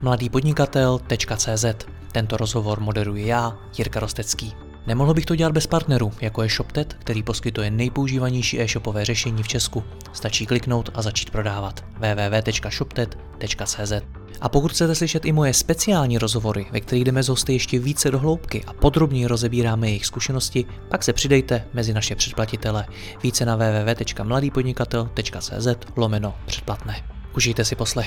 mladýpodnikatel.cz. Tento rozhovor moderuji já, Jirka Rostecký. Nemohl bych to dělat bez partnerů, jako je ShopTet, který poskytuje nejpoužívanější e-shopové řešení v Česku. Stačí kliknout a začít prodávat. www.shoptet.cz. A pokud chcete slyšet i moje speciální rozhovory, ve kterých jdeme s hosty ještě více do hloubky a podrobněji rozebíráme jejich zkušenosti, pak se přidejte mezi naše předplatitele. Více na www.mladýpodnikatel.cz/předplatné. Užijte si poslech.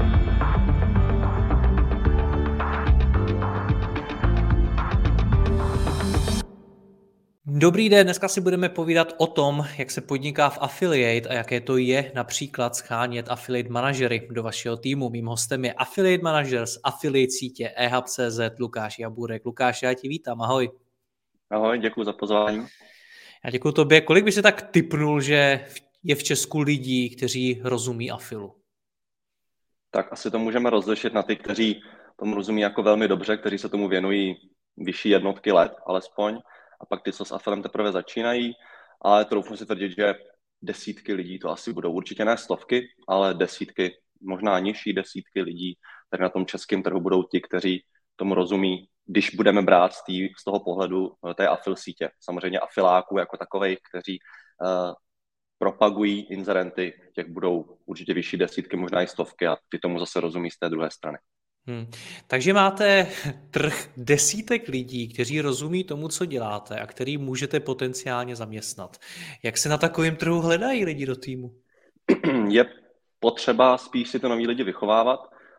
Dobrý den, dneska si budeme povídat o tom, jak se podniká v affiliate a jaké to je například shánět affiliate manažery do vašeho týmu. Mým hostem je affiliate manažer z affiliate sítě eHub.cz Lukáš Jaburek. Lukáš, já ti vítám, ahoj. Ahoj, děkuji za pozvání. Já děkuji tobě. Kolik by se tak tipnul, že je v Česku lidí, kteří rozumí afilu? Tak asi to můžeme rozlišit na ty, kteří tomu rozumí jako velmi dobře, kteří se tomu věnují vyšší jednotky let alespoň, a pak ty, co s afilem teprve začínají, ale troufnu si tvrdit, že desítky lidí to asi budou, určitě ne stovky, ale desítky, možná nižší desítky lidí, tady na tom českém trhu budou ti, kteří tomu rozumí, když budeme brát z toho pohledu té afil sítě. Samozřejmě afiláků jako takových, kteří propagují inzerenty, těch budou určitě vyšší desítky, možná i stovky, a ty tomu zase rozumí z té druhé strany. Takže máte trh desítek lidí, kteří rozumí tomu, co děláte a který můžete potenciálně zaměstnat. Jak se na takovém trhu hledají lidi do týmu? Je potřeba spíš si to noví lidi vychovávat.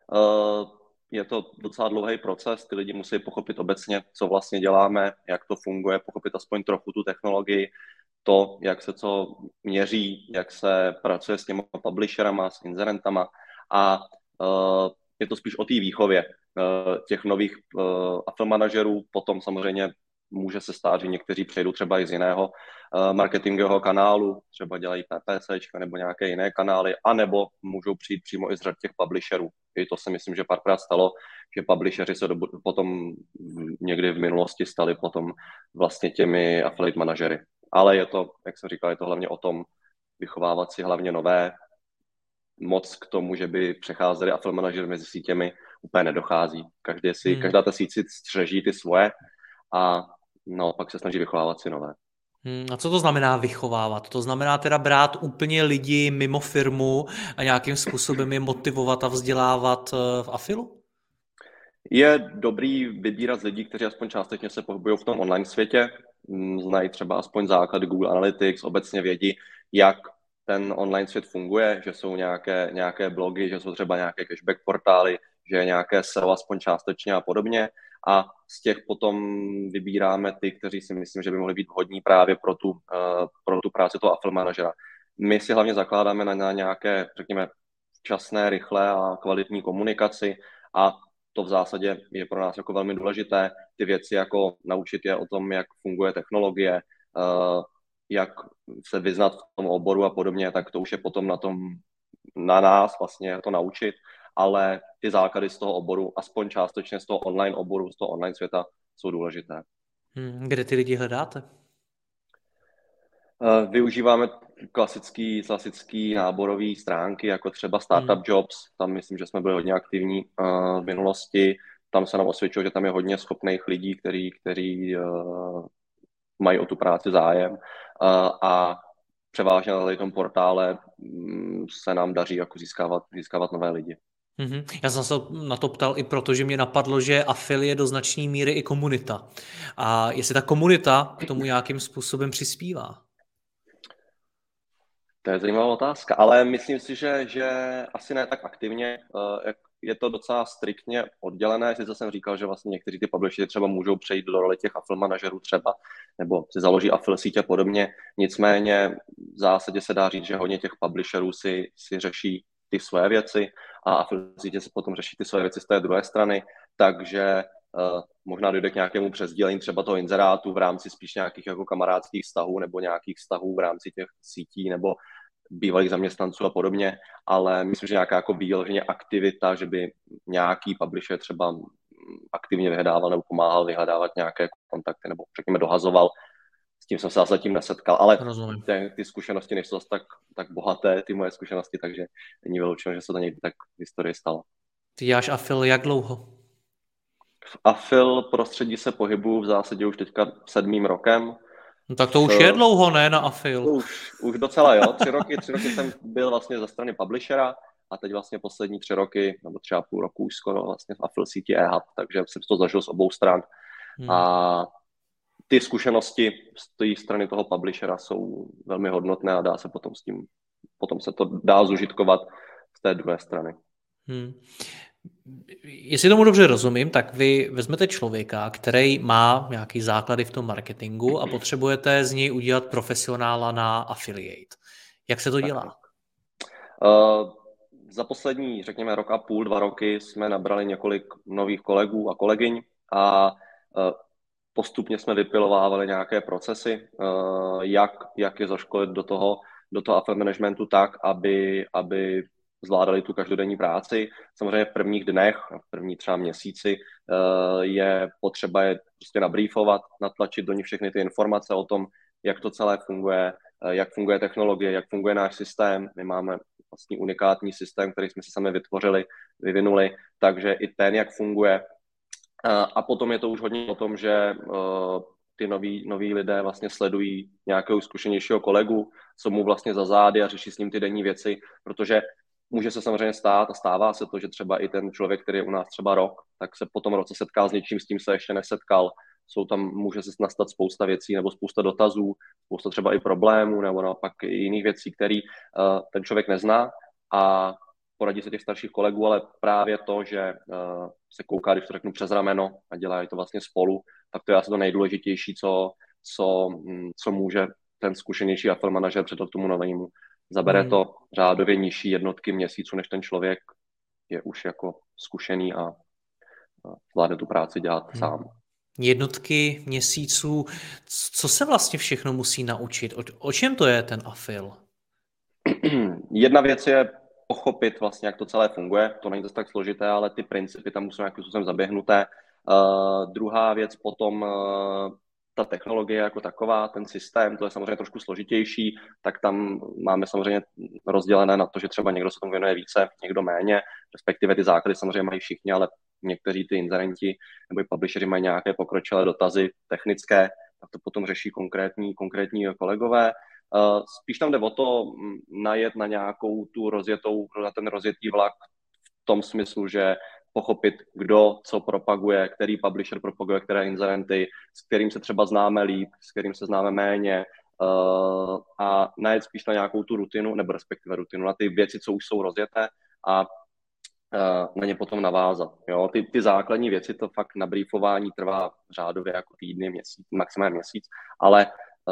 Je to docela dlouhý proces, ty lidi musí pochopit obecně, co vlastně děláme, jak to funguje, pochopit aspoň trochu tu technologii, to, jak se co měří, jak se pracuje s těmi publisherama, s inzerentama, a je to spíš o té výchově těch nových affiliate manažerů. Potom samozřejmě může se stát, že někteří přejdou třeba i z jiného marketingového kanálu, třeba dělají PPCčka nebo nějaké jiné kanály, anebo můžou přijít přímo i z řad těch publisherů. I to si myslím, že párkrát stalo, že publisheri se potom někdy v minulosti stali potom vlastně těmi affiliate manažery. Ale je to, jak jsem říkal, je to hlavně o tom vychovávat si hlavně nové. Moc k tomu, že by přecházeli affiliate manažery mezi sítěmi, úplně nedochází. Každá ta síť si střeží ty svoje a pak se snaží vychovávat si nové. A co to znamená vychovávat? To znamená teda brát úplně lidi mimo firmu a nějakým způsobem je motivovat a vzdělávat v afilu? Je dobrý vybírat z lidí, kteří aspoň částečně se pohybují v tom online světě, znají třeba aspoň základy Google Analytics, obecně vědí, jak ten online svět funguje, že jsou nějaké blogy, že jsou třeba nějaké cashback portály, že je nějaké SEO aspoň částečně a podobně. A z těch potom vybíráme ty, kteří si myslím, že by mohli být vhodní právě pro tu práci toho affiliate manažera. My si hlavně zakládáme na nějaké, řekněme, včasné, rychlé a kvalitní komunikaci, a to v zásadě je pro nás jako velmi důležité. Ty věci jako naučit je o tom, jak funguje technologie, jak se vyznat v tom oboru a podobně, tak to už je potom na nás vlastně to naučit, ale ty základy z toho oboru, aspoň částečně z toho online oboru, z toho online světa, jsou důležité. Kde ty lidi hledáte? Využíváme klasický náborové stránky, jako třeba Startup Jobs. Tam myslím, že jsme byli hodně aktivní v minulosti. Tam se nám osvědčilo, že tam je hodně schopných lidí, kteří mají o tu práci zájem. A převážně na tom portále se nám daří jako získávat nové lidi. Já jsem se na to ptal i proto, že mě napadlo, že afil je do značné míry i komunita. A jestli ta komunita k tomu nějakým způsobem přispívá? To je zajímavá otázka, ale myslím si, že asi ne tak aktivně. Je to docela striktně oddělené. Sice jsem říkal, že vlastně někteří ty publisheri třeba můžou přejít do role těch affiliate manažerů třeba, nebo si založí affiliate sítě a podobně. Nicméně v zásadě se dá říct, že hodně těch publisherů si řeší ty své věci a affiliate sítě se potom řeší ty své věci z té druhé strany, takže možná dojde k nějakému přesdělení třeba toho inzerátu v rámci spíš nějakých jako kamarádských vztahů nebo nějakých vztahů v rámci těch sítí nebo bývalých zaměstnanců a podobně, ale myslím, že nějaká jako výloženě aktivita, že by nějaký publisher třeba aktivně vyhledával nebo pomáhal vyhledávat nějaké kontakty nebo řekněme dohazoval, s tím jsem se zatím nesetkal, ale ty zkušenosti nejsou tak bohaté, ty moje zkušenosti, takže není vyloučeno, že se to někdy tak v historii stalo. Ty děláš afil jak dlouho? V Afil prostředí se pohybuju v zásadě už teďka 7. rokem. No tak to už je dlouho, ne, na To afil. už docela jo. 3 roky jsem byl vlastně ze strany publishera a teď vlastně poslední 3 roky, nebo třeba půl roku už skoro vlastně v Afil síti eHub, takže jsem to zažil z obou stran. A ty zkušenosti z té strany toho publishera jsou velmi hodnotné a dá se potom se to dá zužitkovat z té druhé strany. Jestli tomu dobře rozumím, tak vy vezmete člověka, který má nějaký základy v tom marketingu a potřebujete z něj udělat profesionála na affiliate. Jak se to dělá? Za poslední, řekněme, rok a půl, 2 roky jsme nabrali několik nových kolegů a kolegyň a postupně jsme vypilovávali nějaké procesy, jak je zaškolit do toho affiliate managementu tak, aby zvládali tu každodenní práci. Samozřejmě v prvních dnech, v první třeba měsíci je potřeba je prostě nabriefovat, natlačit do nich všechny ty informace o tom, jak to celé funguje, jak funguje technologie, jak funguje náš systém. My máme vlastně unikátní systém, který jsme si sami vytvořili, vyvinuli, takže i ten, jak funguje. A potom je to už hodně o tom, že ty noví lidé vlastně sledují nějakého zkušenějšího kolegu, co mu vlastně za zády a řeší s ním ty denní věci, protože může se samozřejmě stát a stává se to, že třeba i ten člověk, který je u nás třeba rok, tak se po tom roce setká s něčím, s tím se ještě nesetkal. Může se nastat spousta věcí nebo spousta dotazů, spousta třeba i problémů nebo naopak i jiných věcí, který ten člověk nezná a poradí se těch starších kolegů, ale právě to, že se kouká, když to řeknu, přes rameno a dělají to vlastně spolu, tak to je asi to nejdůležitější, co může ten zkušenější affiliate manažer předat tomu novému. Zabere to řádově nižší jednotky měsíců, než ten člověk je už jako zkušený a zvládne tu práci dělat sám. Jednotky měsíců. Co se vlastně všechno musí naučit? O čem to je ten afil? Jedna věc je pochopit vlastně, jak to celé funguje. To není zase tak složité, ale ty principy tam musí nějakým způsobem zaběhnuté. Druhá věc potom ta technologie jako taková, ten systém, to je samozřejmě trošku složitější, tak tam máme samozřejmě rozdělené na to, že třeba někdo se tomu věnuje více, někdo méně, respektive ty základy samozřejmě mají všichni, ale někteří ty inzerenti nebo i publisheri mají nějaké pokročilé dotazy technické, tak to potom řeší konkrétní kolegové. Spíš tam jde o to najet na nějakou na ten rozjetý vlak v tom smyslu, že pochopit, kdo co propaguje, který publisher propaguje, které inzerenty, s kterým se třeba známe líp, s kterým se známe méně a najet spíš na nějakou tu rutinu, nebo respektive rutinu, na ty věci, co už jsou rozjeté a na ně potom navázat. Jo? Ty základní věci, to fakt nabriefování trvá řádově jako týdny, měsíc, maximálně měsíc, ale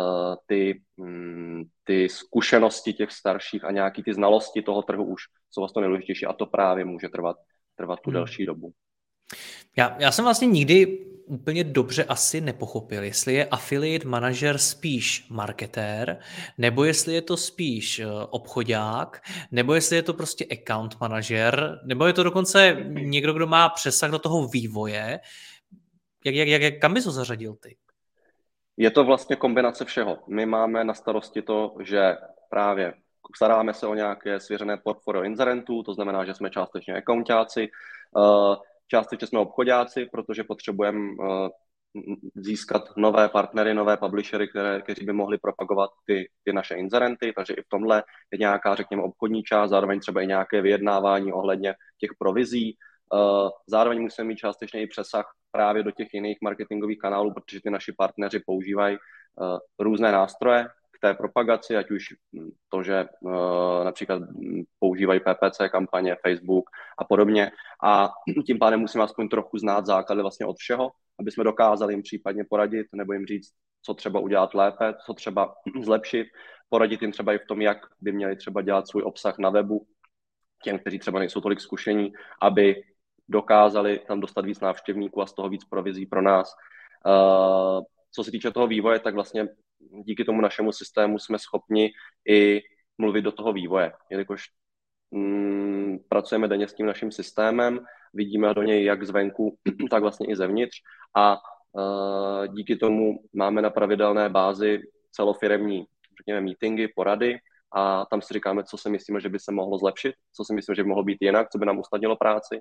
ty zkušenosti těch starších a nějaký ty znalosti toho trhu už jsou vlastně nejdůležitější a to právě může trvat tu delší dobu. Já jsem vlastně nikdy úplně dobře asi nepochopil, jestli je affiliate manažer spíš marketér, nebo jestli je to spíš obchodák, nebo jestli je to prostě account manažer, nebo je to dokonce někdo, kdo má přesah do toho vývoje. Kam bys ho zařadil ty? Je to vlastně kombinace všeho. My máme na starosti to, že právě staráme se o nějaké svěřené portfolio inzerentů, to znamená, že jsme částečně accountáci, částečně jsme obchodáci, protože potřebujeme získat nové partnery, nové publishery, kteří by mohli propagovat ty naše inzerenty, takže i v tomhle je nějaká, řekněme, obchodní část, zároveň třeba i nějaké vyjednávání ohledně těch provizí. Zároveň musíme mít částečně i přesah právě do těch jiných marketingových kanálů, protože ty naši partneři používají různé nástroje k té propagaci, ať už to, že například používají PPC kampaně, Facebook a podobně. A tím pádem musíme aspoň trochu znát základy vlastně od všeho, aby jsme dokázali jim případně poradit nebo jim říct, co třeba udělat lépe, co třeba zlepšit, poradit jim třeba i v tom, jak by měli třeba dělat svůj obsah na webu, těm, kteří třeba nejsou tolik zkušení, aby dokázali tam dostat víc návštěvníků a z toho víc provizí pro nás. Co se týče toho vývoje, tak vlastně díky tomu našemu systému jsme schopni i mluvit do toho vývoje, jelikož pracujeme denně s tím naším systémem, vidíme do něj jak zvenku, tak vlastně i zevnitř a díky tomu máme na pravidelné bázi celofiremní, řekněme, meetingy, porady a tam si říkáme, co si myslíme, že by se mohlo zlepšit, co si myslíme, že by mohlo být jinak, co by nám usnadnilo práci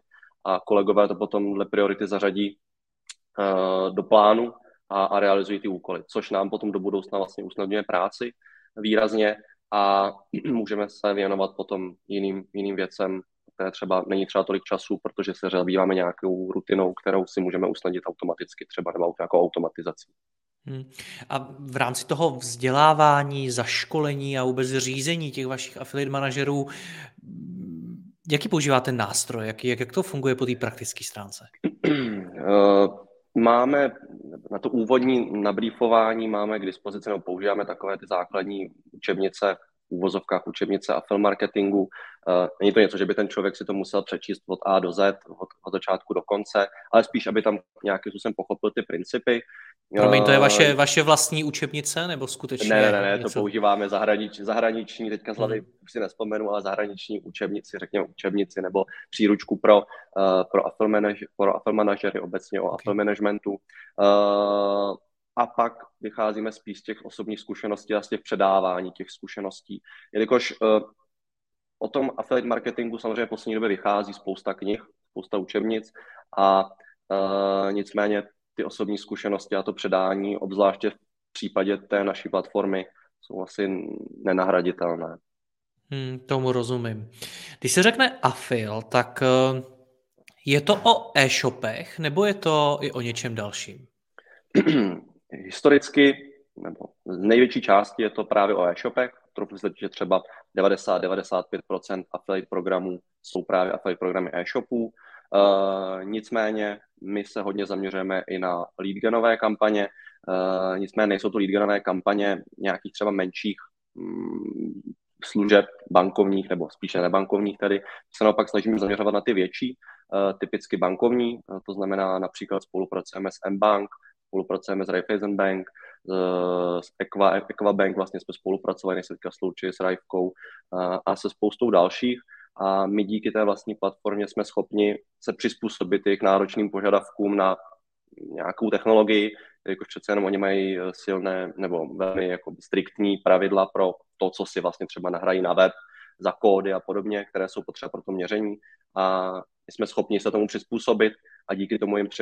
a kolegové to potom dle priority zařadí do plánu a realizují ty úkoly, což nám potom do budoucna vlastně usnadňuje práci výrazně a můžeme se věnovat potom jiným věcem, které třeba není třeba tolik času, protože se zabýváme nějakou rutinou, kterou si můžeme usnadnit automaticky třeba nebo nějakou automatizací. A v rámci toho vzdělávání, zaškolení a vůbec řízení těch vašich affiliate manažerů, jaký používáte nástroj? Jak to funguje po té praktické stránce? Máme na to úvodní nabrýfování máme k dispozici, nebo používáme takové ty základní učebnice, v úvozovkách učebnice affiliate marketingu. Není to něco, že by ten člověk si to musel přečíst od A do Z, od začátku do konce, ale spíš, aby tam nějakým způsobem pochopil ty principy. Promiň, to je vaše vlastní učebnice, nebo skutečně? Ne, to používáme zahraniční, teďka z hlavy si nespomenu, ale zahraniční učebnici, řekněme učebnici, nebo příručku pro affiliate manažery, obecně o affiliate managementu. A pak vycházíme spíš z těch osobních zkušeností a z těch předávání těch zkušeností. Jelikož o tom affiliate marketingu samozřejmě v poslední době vychází spousta knih, spousta učebnic a nicméně ty osobní zkušenosti a to předání, obzvláště v případě té naší platformy, jsou asi nenahraditelné. Tomu rozumím. Když se řekne affil, tak je to o e-shopech, nebo je to i o něčem dalším? Historicky, nebo z největší části je to právě o e-shopech. Trochu se že třeba 90-95% affiliate programů jsou právě affiliate programy e-shopů. Nicméně my se hodně zaměřujeme i na lead-genové kampaně, nicméně nejsou to lead-genové kampaně nějakých třeba menších služeb bankovních, nebo spíše nebankovních tedy. Se naopak snažíme zaměřovat na ty větší, typicky bankovní, to znamená například spolupracujeme s mBank, spolupracujeme s Raiffeisen Bank, s Equa Bank, vlastně jsme spolupracovali, než se teďka sloučili s Raifkou a se spoustou dalších. A my díky té vlastní platformě jsme schopni se přizpůsobit jejich náročným požadavkům na nějakou technologii, jakož přece jenom oni mají silné nebo velmi jako striktní pravidla pro to, co si vlastně třeba nahrají na web za kódy a podobně, které jsou potřeba pro to měření. A my jsme schopni se tomu přizpůsobit a díky tomu jim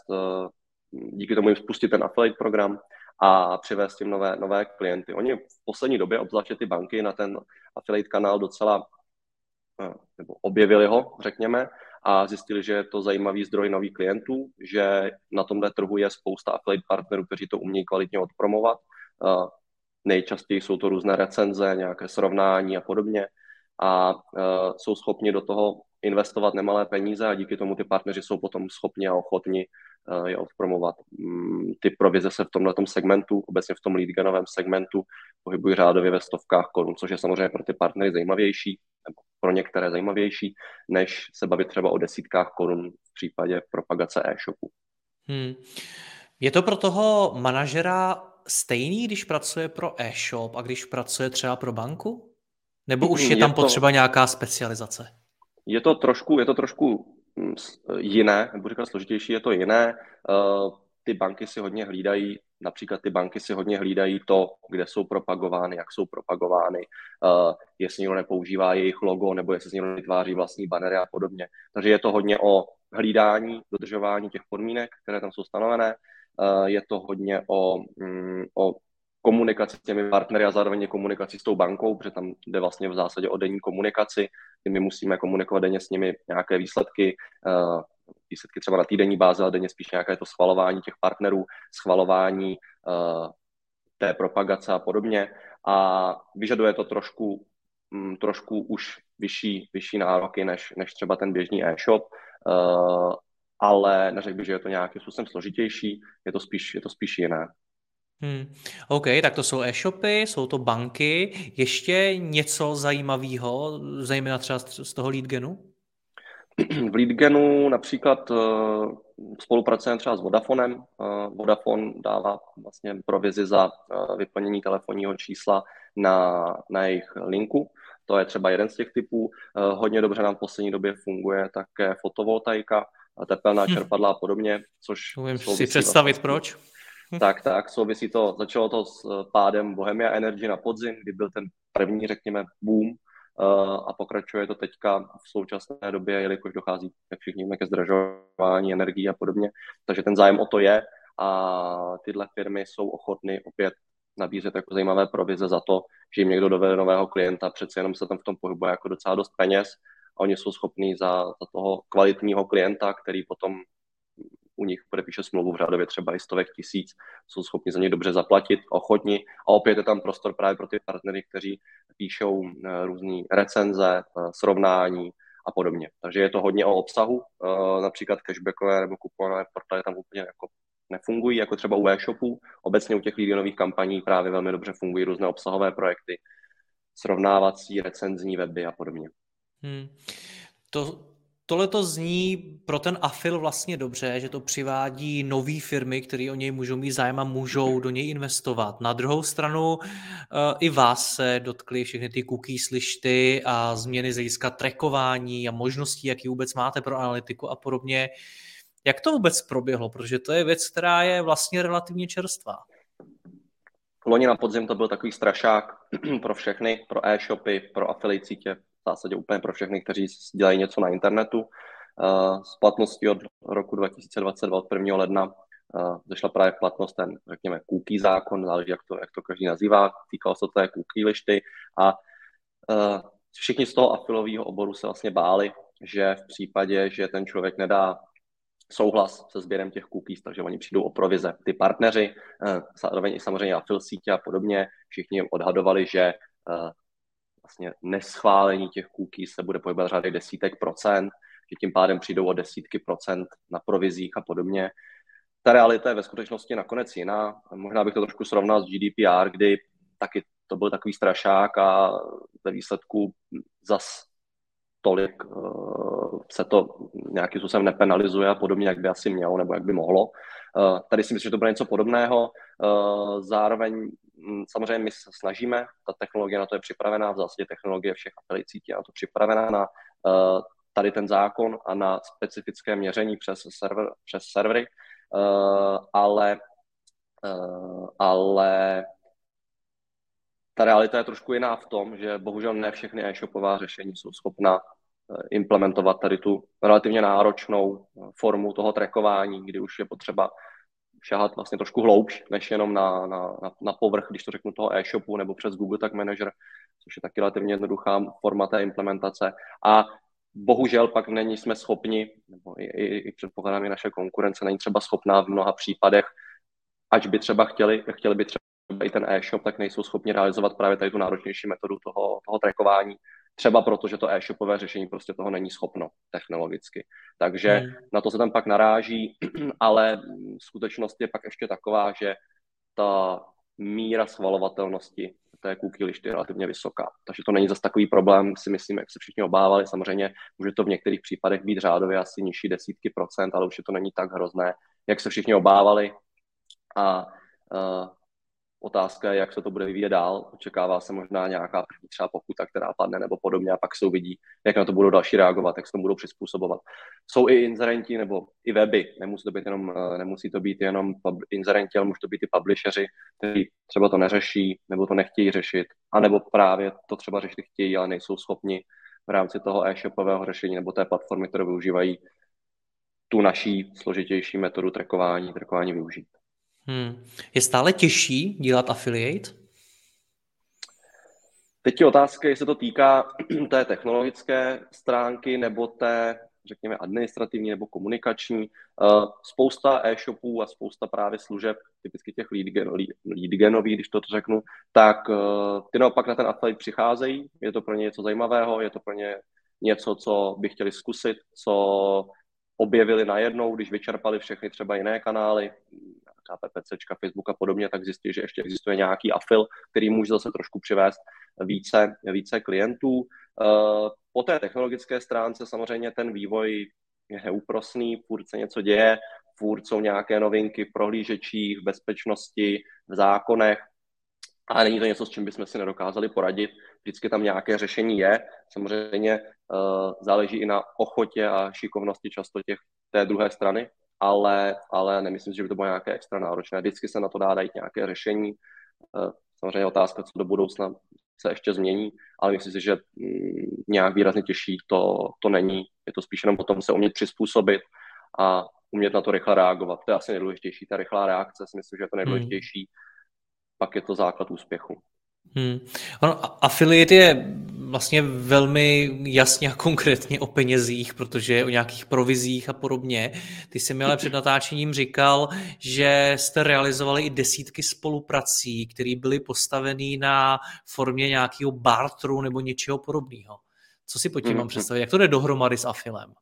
spustit ten affiliate program a přivést jim nové klienty. Oni v poslední době, obzvláště ty banky, na ten affiliate kanál docela nebo objevili ho, řekněme, a zjistili, že je to zajímavý zdroj nových klientů, že na tomhle trhu je spousta affiliate partnerů, kteří to umějí kvalitně odpromovat. Nejčastěji jsou to různé recenze, nějaké srovnání a podobně a jsou schopni do toho investovat nemalé peníze a díky tomu ty partneři jsou potom schopni a ochotni je odpromovat. Ty provize se v tomhletom segmentu, obecně v tom lead-genovém segmentu, pohybují řádově ve stovkách korun, což je samozřejmě pro ty partnery zajímavější, nebo pro některé zajímavější, než se bavit třeba o desítkách korun v případě propagace e-shopu. Je to pro toho manažera stejný, když pracuje pro e-shop a když pracuje třeba pro banku? Nebo už je tam potřeba nějaká specializace? Je to trošku jiné, nebo říkat složitější, je to jiné. Ty banky si hodně hlídají to, kde jsou propagovány, jak jsou propagovány, jestli někdo nepoužívá jejich logo, nebo jestli někdo vytváří vlastní banery a podobně. Takže je to hodně o hlídání, dodržování těch podmínek, které tam jsou stanovené. Je to hodně o komunikaci s těmi partnery a zároveň komunikaci s tou bankou, protože tam jde vlastně v zásadě o denní komunikaci. My musíme komunikovat denně s nimi nějaké výsledky třeba na týdenní bázi, ale denně spíš nějaké to schvalování těch partnerů, schvalování té propagace a podobně. A vyžaduje to trošku už vyšší nároky než třeba ten běžný e-shop, ale neřekl bych, že je to nějakým způsobem složitější, je to spíš jiné. OK, tak to jsou e-shopy, jsou to banky. Ještě něco zajímavého, zejména třeba z toho lead-genu? V lead-genu například spolupracujeme třeba s Vodafonem. Vodafone dává vlastně provizi za vyplnění telefonního čísla na jejich linku. To je třeba jeden z těch typů. Hodně dobře nám v poslední době funguje také fotovoltaika, tepelná čerpadla a podobně, což umím si představit proč. Tak, začalo to s pádem Bohemia Energy na podzim, kdy byl ten první, řekněme, boom a pokračuje to teďka v současné době, jelikož dochází, jak všichni víme, ke zdražování energií a podobně. Takže ten zájem o to je a tyhle firmy jsou ochotny opět nabízet jako zajímavé provize za to, že jim někdo dovede nového klienta, přece jenom se tam v tom pohybuje jako docela dost peněz a oni jsou schopní za toho kvalitního klienta, který potom u nich podepíše smlouvu v řádově třeba i stovek tisíc, jsou schopni za ně dobře zaplatit, ochotni. A opět je tam prostor právě pro ty partnery, kteří píšou různé recenze, srovnání a podobně. Takže je to hodně o obsahu, například cashbackové nebo kuponové portály tam úplně jako nefungují, jako třeba u e-shopů. Obecně u těch lead-genových kampaní právě velmi dobře fungují různé obsahové projekty, srovnávací, recenzní weby a podobně. Tohle to zní pro ten afil vlastně dobře, že to přivádí nové firmy, které o něj můžou mít zájem a můžou do něj investovat. Na druhou stranu i vás se dotkly všechny ty cookies listy a změny z hlediska trackování a možností, jaký vůbec máte pro analytiku a podobně. Jak to vůbec proběhlo? Protože to je věc, která je vlastně relativně čerstvá. Loni na podzim to byl takový strašák pro všechny, pro e-shopy, pro affiliate sítě, v zásadě úplně pro všechny, kteří dělají něco na internetu. S platností od roku 2022, od 1. ledna, zašla právě v platnost ten, řekněme, cookie zákon, záleží, jak to každý nazývá, týkalo se té cookie lišty a všichni z toho affilového oboru se vlastně báli, že v případě, že ten člověk nedá souhlas se sběrem těch cookies, takže oni přijdou o provize. Ty partneři, zároveň i samozřejmě affil sítě a podobně, všichni odhadovali, že vlastně neschválení těch cookies se bude pohybovat řádek desítek procent, že tím pádem přijdou o desítky procent na provizích a podobně. Ta realita je ve skutečnosti nakonec jiná. Možná bych to trošku srovnal s GDPR, kdy taky to byl takový strašák a ve výsledku zas tolik se to nějakým způsobem nepenalizuje a podobně, jak by asi mělo nebo jak by mohlo. Tady si myslím, že to bude něco podobného. Zároveň samozřejmě my se snažíme, ta technologie na to je připravená, v zásadě technologie všech affiliate sítí je na to připravená na tady ten zákon a na specifické měření přes servery, ale ta realita je trošku jiná v tom, že bohužel ne všechny e-shopová řešení jsou schopna implementovat tady tu relativně náročnou formu toho trackování, kdy už je potřeba šahat vlastně trošku hloubš, než jenom na povrch, když to řeknu, toho e-shopu nebo přes Google Tag Manager, což je taky relativně jednoduchá forma té implementace. A bohužel pak jsme schopni, nebo i předpokládám, i naše konkurence není třeba schopná v mnoha případech, ať by třeba chtěli by třeba i ten e-shop, tak nejsou schopni realizovat právě tady tu náročnější metodu toho trackování. Třeba proto, že to e-shopové řešení prostě toho není schopno technologicky. Takže na to se tam pak naráží, ale skutečnost je pak ještě taková, že ta míra schvalovatelnosti té cookie lišty je relativně vysoká. Takže to není zase takový problém, si myslím, jak se všichni obávali. Samozřejmě může to v některých případech být řádově asi nižší desítky procent, ale už je to není tak hrozné, jak se všichni obávali. A otázka je, jak se to bude vyvíjet dál. Očekává se možná nějaká první třeba pokuta, která padne nebo podobně a pak se uvidí, jak na to budou další reagovat, jak se to budou přizpůsobovat. Jsou i inzerenti nebo i weby, nemusí to být jenom inzerenti, ale může to být i publisheri, kteří třeba to neřeší nebo to nechtějí řešit, anebo právě to třeba řešit chtějí, ale nejsou schopni v rámci toho e-shopového řešení nebo té platformy, kterou využívají, tu naší složitější metodu trackování využít. Je stále těžší dělat affiliate? Teď je otázka, jestli to týká té technologické stránky nebo té, řekněme, administrativní nebo komunikační. Spousta e-shopů a spousta právě služeb, typicky těch lead-genových, když to řeknu, tak ty naopak na ten affiliate přicházejí. Je to pro ně něco zajímavého, je to pro ně něco, co by chtěli zkusit, co objevili najednou, když vyčerpali všechny třeba jiné kanály, PPCčka, Facebook a podobně, tak zjistí, že ještě existuje nějaký affil, který může zase trošku přivést více klientů. Po té technologické stránce samozřejmě ten vývoj je neúprosný, furt se něco děje, furt jsou nějaké novinky v prohlížečích, v bezpečnosti, v zákonech, a není to něco, s čím bychom si nedokázali poradit. Vždycky tam nějaké řešení je. Samozřejmě záleží i na ochotě a šikovnosti často té druhé strany, ale nemyslím si, že by to bylo nějaké extra náročné. Vždycky se na to dá najít nějaké řešení. Samozřejmě otázka, co do budoucna se ještě změní, ale myslím si, že nějak výrazně těžší to není. Je to spíš jenom o tom se umět přizpůsobit a umět na to rychle reagovat. To je asi nejdůležitější. Ta rychlá reakce si myslím, že je to nejdůležitější. Pak je to základ úspěchu. Ono, affiliate je vlastně velmi jasně a konkrétně o penězích, protože je o nějakých provizích a podobně. Ty jsi mi ale před natáčením říkal, že jste realizovali i desítky spoluprací, které byly postavený na formě nějakého barteru nebo něčeho podobného. Co si pod tím mám představit? Jak to jde dohromady s affilem?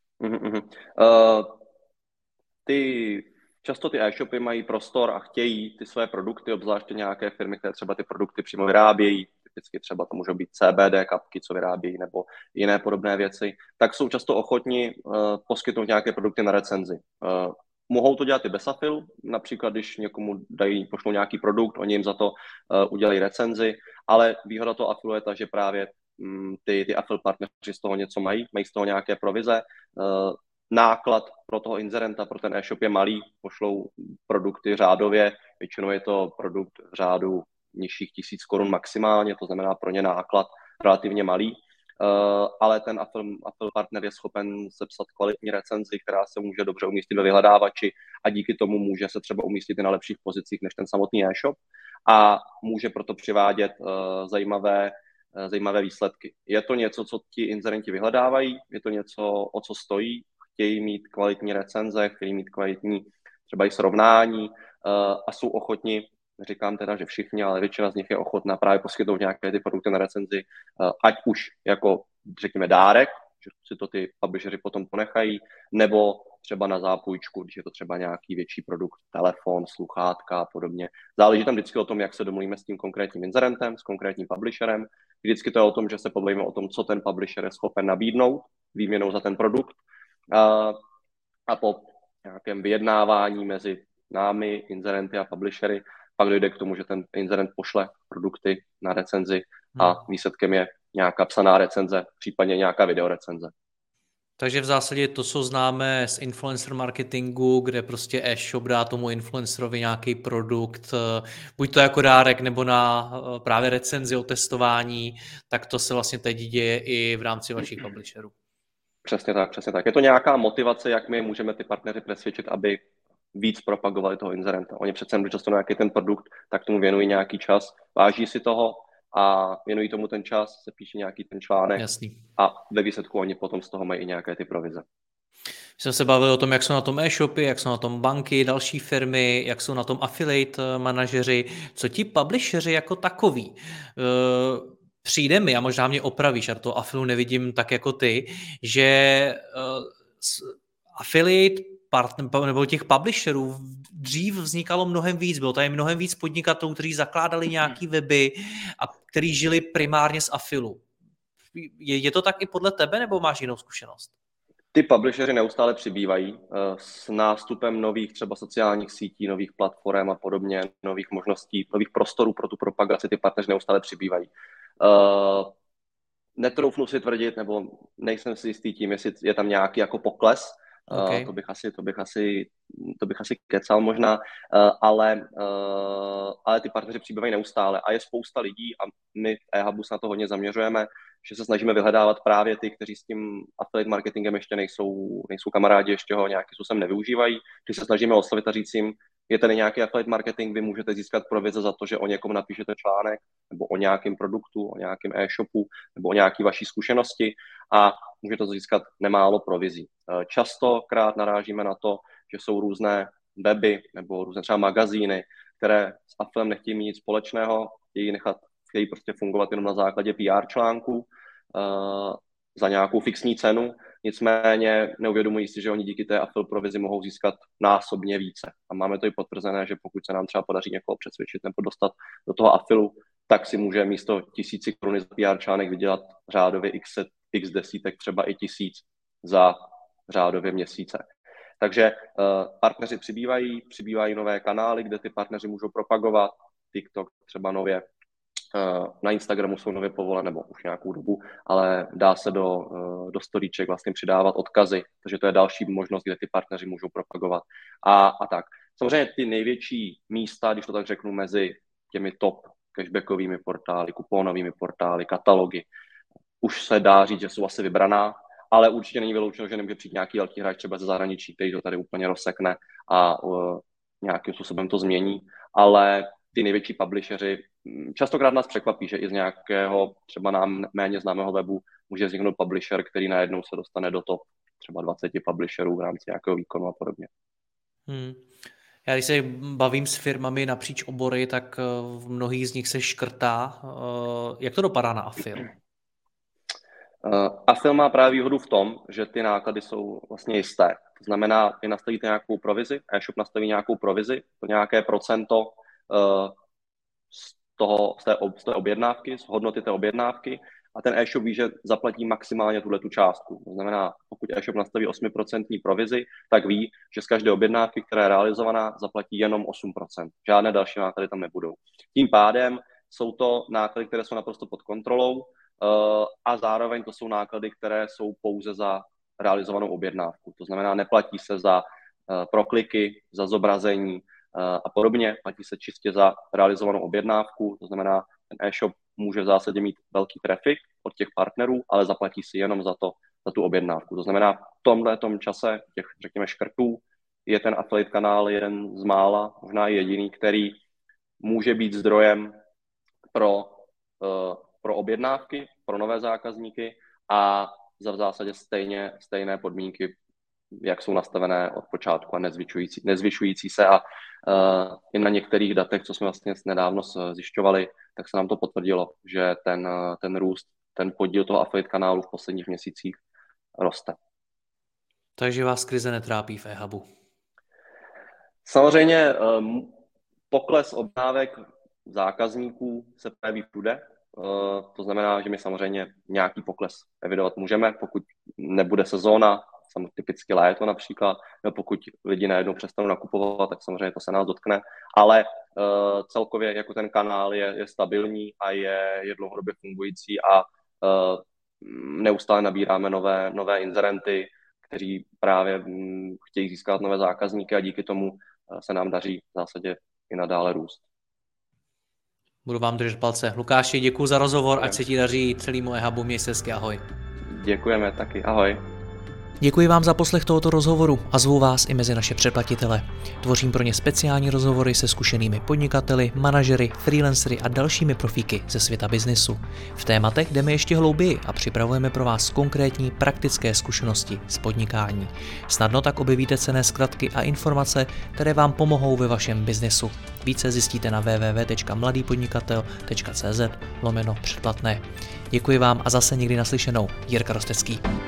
Často ty e-shopy mají prostor a chtějí ty své produkty, obzvláště nějaké firmy, které třeba ty produkty přímo vyrábějí, typicky třeba to můžou být CBD kapky, co vyrábějí, nebo jiné podobné věci, tak jsou často ochotní poskytnout nějaké produkty na recenzi. Mohou to dělat i bez affilu, například když někomu pošlou nějaký produkt, oni jim za to udělají recenzi, ale výhoda toho affilu je ta, že právě ty affiliate partneři z toho něco mají z toho nějaké provize. Náklad pro toho inzerenta, pro ten e-shop je malý, pošlou produkty řádově, většinou je to produkt v řádu nižších 1000 korun maximálně, to znamená pro ně náklad relativně malý, ale ten affiliate partner je schopen sepsat kvalitní recenzi, která se může dobře umístit ve vyhledávači a díky tomu může se třeba umístit i na lepších pozicích než ten samotný e-shop a může proto přivádět zajímavé výsledky. Je to něco, co ti inzerenti vyhledávají, je to něco, o co stojí, chtějí mít kvalitní recenze, chtějí mít kvalitní třeba i srovnání a jsou ochotni, říkám teda, že všichni, ale většina z nich je ochotná právě poskytnout nějaké ty produkty na recenzi, ať už jako, řekněme, dárek, že si to ty publisheři potom ponechají, nebo třeba na zápůjčku, když je to třeba nějaký větší produkt, telefon, sluchátka a podobně. Záleží tam vždycky o tom, jak se domluvíme s tím konkrétním inzerentem, s konkrétním publisherem. Vždycky to je o tom, že se pobavíme o tom, co ten publisher je schopen nabídnout výměnou za ten produkt. A po nějakém vyjednávání mezi námi, inzerenty a publishery, pak dojde k tomu, že ten inzerent pošle produkty na recenzi a výsledkem je nějaká psaná recenze, případně nějaká videorecenze. Takže v zásadě to, co známe z influencer marketingu, kde prostě e-shop dá tomu influencerovi nějaký produkt, buď to jako dárek nebo na právě recenzi o testování, tak to se vlastně teď děje i v rámci vašich publisherů. Přesně tak. Je to nějaká motivace, jak my můžeme ty partnery přesvědčit, aby víc propagovali toho inzerenta. Oni přece když dostanou nějaký ten produkt, tak tomu věnují nějaký čas, váží si toho a věnují tomu ten čas, se píše nějaký ten článek. Jasný. A ve výsledku oni potom z toho mají i nějaké ty provize. Jsme se bavili o tom, jak jsou na tom e-shopy, jak jsou na tom banky, další firmy, jak jsou na tom affiliate manažeři, co ti publisheri jako takový. Přijde mi, a možná mě opravíš, a to affilu nevidím tak jako ty, že affiliate partner, nebo těch publisherů dřív vznikalo mnohem víc, bylo tady mnohem víc podnikatelů, kteří zakládali nějaký weby a kteří žili primárně z affilu. Je to tak i podle tebe, nebo máš jinou zkušenost? Ty publisheři neustále přibývají s nástupem nových třeba sociálních sítí, nových platform a podobně, nových možností, nových prostorů pro tu propagaci, ty partneři neustále přibývají. Netroufnu si tvrdit, nebo nejsem si jistý tím, jestli je tam nějaký jako pokles, okay. To bych asi kecal možná, ale ty partneři přibývají neustále a je spousta lidí a my v eHubu se na to hodně zaměřujeme, že se snažíme vyhledávat právě ty, kteří s tím affiliate marketingem ještě nejsou kamarádi, ještě ho nějakým způsobem nevyužívají, když se snažíme oslovit a říct jim, je tady nějaký affiliate marketing, vy můžete získat provize za to, že o někom napíšete článek, nebo o nějakém produktu, o nějakém e-shopu, nebo o nějaké vaší zkušenosti a můžete získat nemálo provizí. Častokrát narážíme na to, že jsou různé weby nebo různé třeba magazíny, které s affilem nechtějí mít nic společného, chtějí prostě fungovat jenom na základě PR článku za nějakou fixní cenu, nicméně neuvědomují si, že oni díky té affiliate provizi mohou získat násobně více. A máme to i potvrzené, že pokud se nám třeba podaří někoho přesvědčit nebo dostat do toho affilu, tak si může místo 1000 korun za PR článek vydělat řádově x desítek, třeba i 1000 za řádově měsíce. Takže partneři přibývají nové kanály, kde ty partneři můžou propagovat, TikTok třeba nově, na Instagramu jsou nově povolené, nebo už nějakou dobu, ale dá se do storíček vlastně přidávat odkazy, takže to je další možnost, kde ty partneři můžou propagovat a tak. Samozřejmě ty největší místa, když to tak řeknu, mezi těmi top cashbackovými portály, kupónovými portály, katalogy. Už se dá říct, že jsou asi vybraná, ale určitě není vyloučeno, že nemůže přijít nějaký velký hráč třeba ze zahraničí, který to tady úplně rozsekne a nějakým způsobem to změní, ale ty největší publisheři častokrát nás překvapí, že i z nějakého třeba nám méně známého webu může vzniknout publisher, který najednou se dostane do top třeba 20 publisherů v rámci nějakého výkonu a podobně. Já když se bavím s firmami napříč obory, tak v mnohých z nich se škrtá. Jak to dopadá na Afil? Afil má právě výhodu v tom, že ty náklady jsou vlastně jisté. To znamená, vy nastavíte nějakou provizi, e-shop nastaví nějakou provizi, to nějaké procento z té objednávky, z hodnoty té objednávky, a ten e-shop ví, že zaplatí maximálně tu částku. To znamená, pokud e-shop nastaví 8% provizi, tak ví, že z každé objednávky, která je realizovaná, zaplatí jenom 8%. Žádné další náklady tam nebudou. Tím pádem jsou to náklady, které jsou naprosto pod kontrolou, a zároveň to jsou náklady, které jsou pouze za realizovanou objednávku. To znamená, neplatí se za prokliky, za zobrazení a podobně, platí se čistě za realizovanou objednávku. To znamená, ten e-shop může v zásadě mít velký trafik od těch partnerů, ale zaplatí si jenom za tu objednávku. To znamená, v tomhletom čase těch, řekněme, škrtů je ten affiliate kanál jeden z mála, možná i jediný, který může být zdrojem pro objednávky, pro nové zákazníky a za v zásadě stejné podmínky, jak jsou nastavené od počátku a nezvyšující se. A i na některých datech, co jsme vlastně nedávno zjišťovali, tak se nám to potvrdilo, že ten růst, ten podíl toho affiliate kanálu v posledních měsících roste. Takže vás krize netrápí v eHubu? Samozřejmě pokles objednávek zákazníků se projeví všude. To znamená, že my samozřejmě nějaký pokles evidovat můžeme, pokud nebude sezóna, typicky léto například, no pokud lidi najednou přestanou nakupovat, tak samozřejmě to se nás dotkne, ale celkově jako ten kanál je stabilní a je dlouhodobě fungující a neustále nabíráme nové inzerenty, kteří právě chtějí získat nové zákazníky a díky tomu se nám daří v zásadě i nadále růst. Budu vám držet palce. Lukáši, děkuji za rozhovor, ať se ti daří celému eHubu, měj se hezky, ahoj. Děkujeme taky, ahoj. Děkuji vám za poslech tohoto rozhovoru a zvu vás i mezi naše předplatitele. Tvořím pro ně speciální rozhovory se zkušenými podnikateli, manažery, freelancery a dalšími profíky ze světa biznesu. V tématech jdeme ještě hlouběji a připravujeme pro vás konkrétní praktické zkušenosti z podnikání. Snadno tak objevíte cenné zkratky a informace, které vám pomohou ve vašem biznesu. Více zjistíte na www.mladýpodnikatel.cz/předplatné. Děkuji vám a zase někdy naslyšenou. Jirka Rostecký.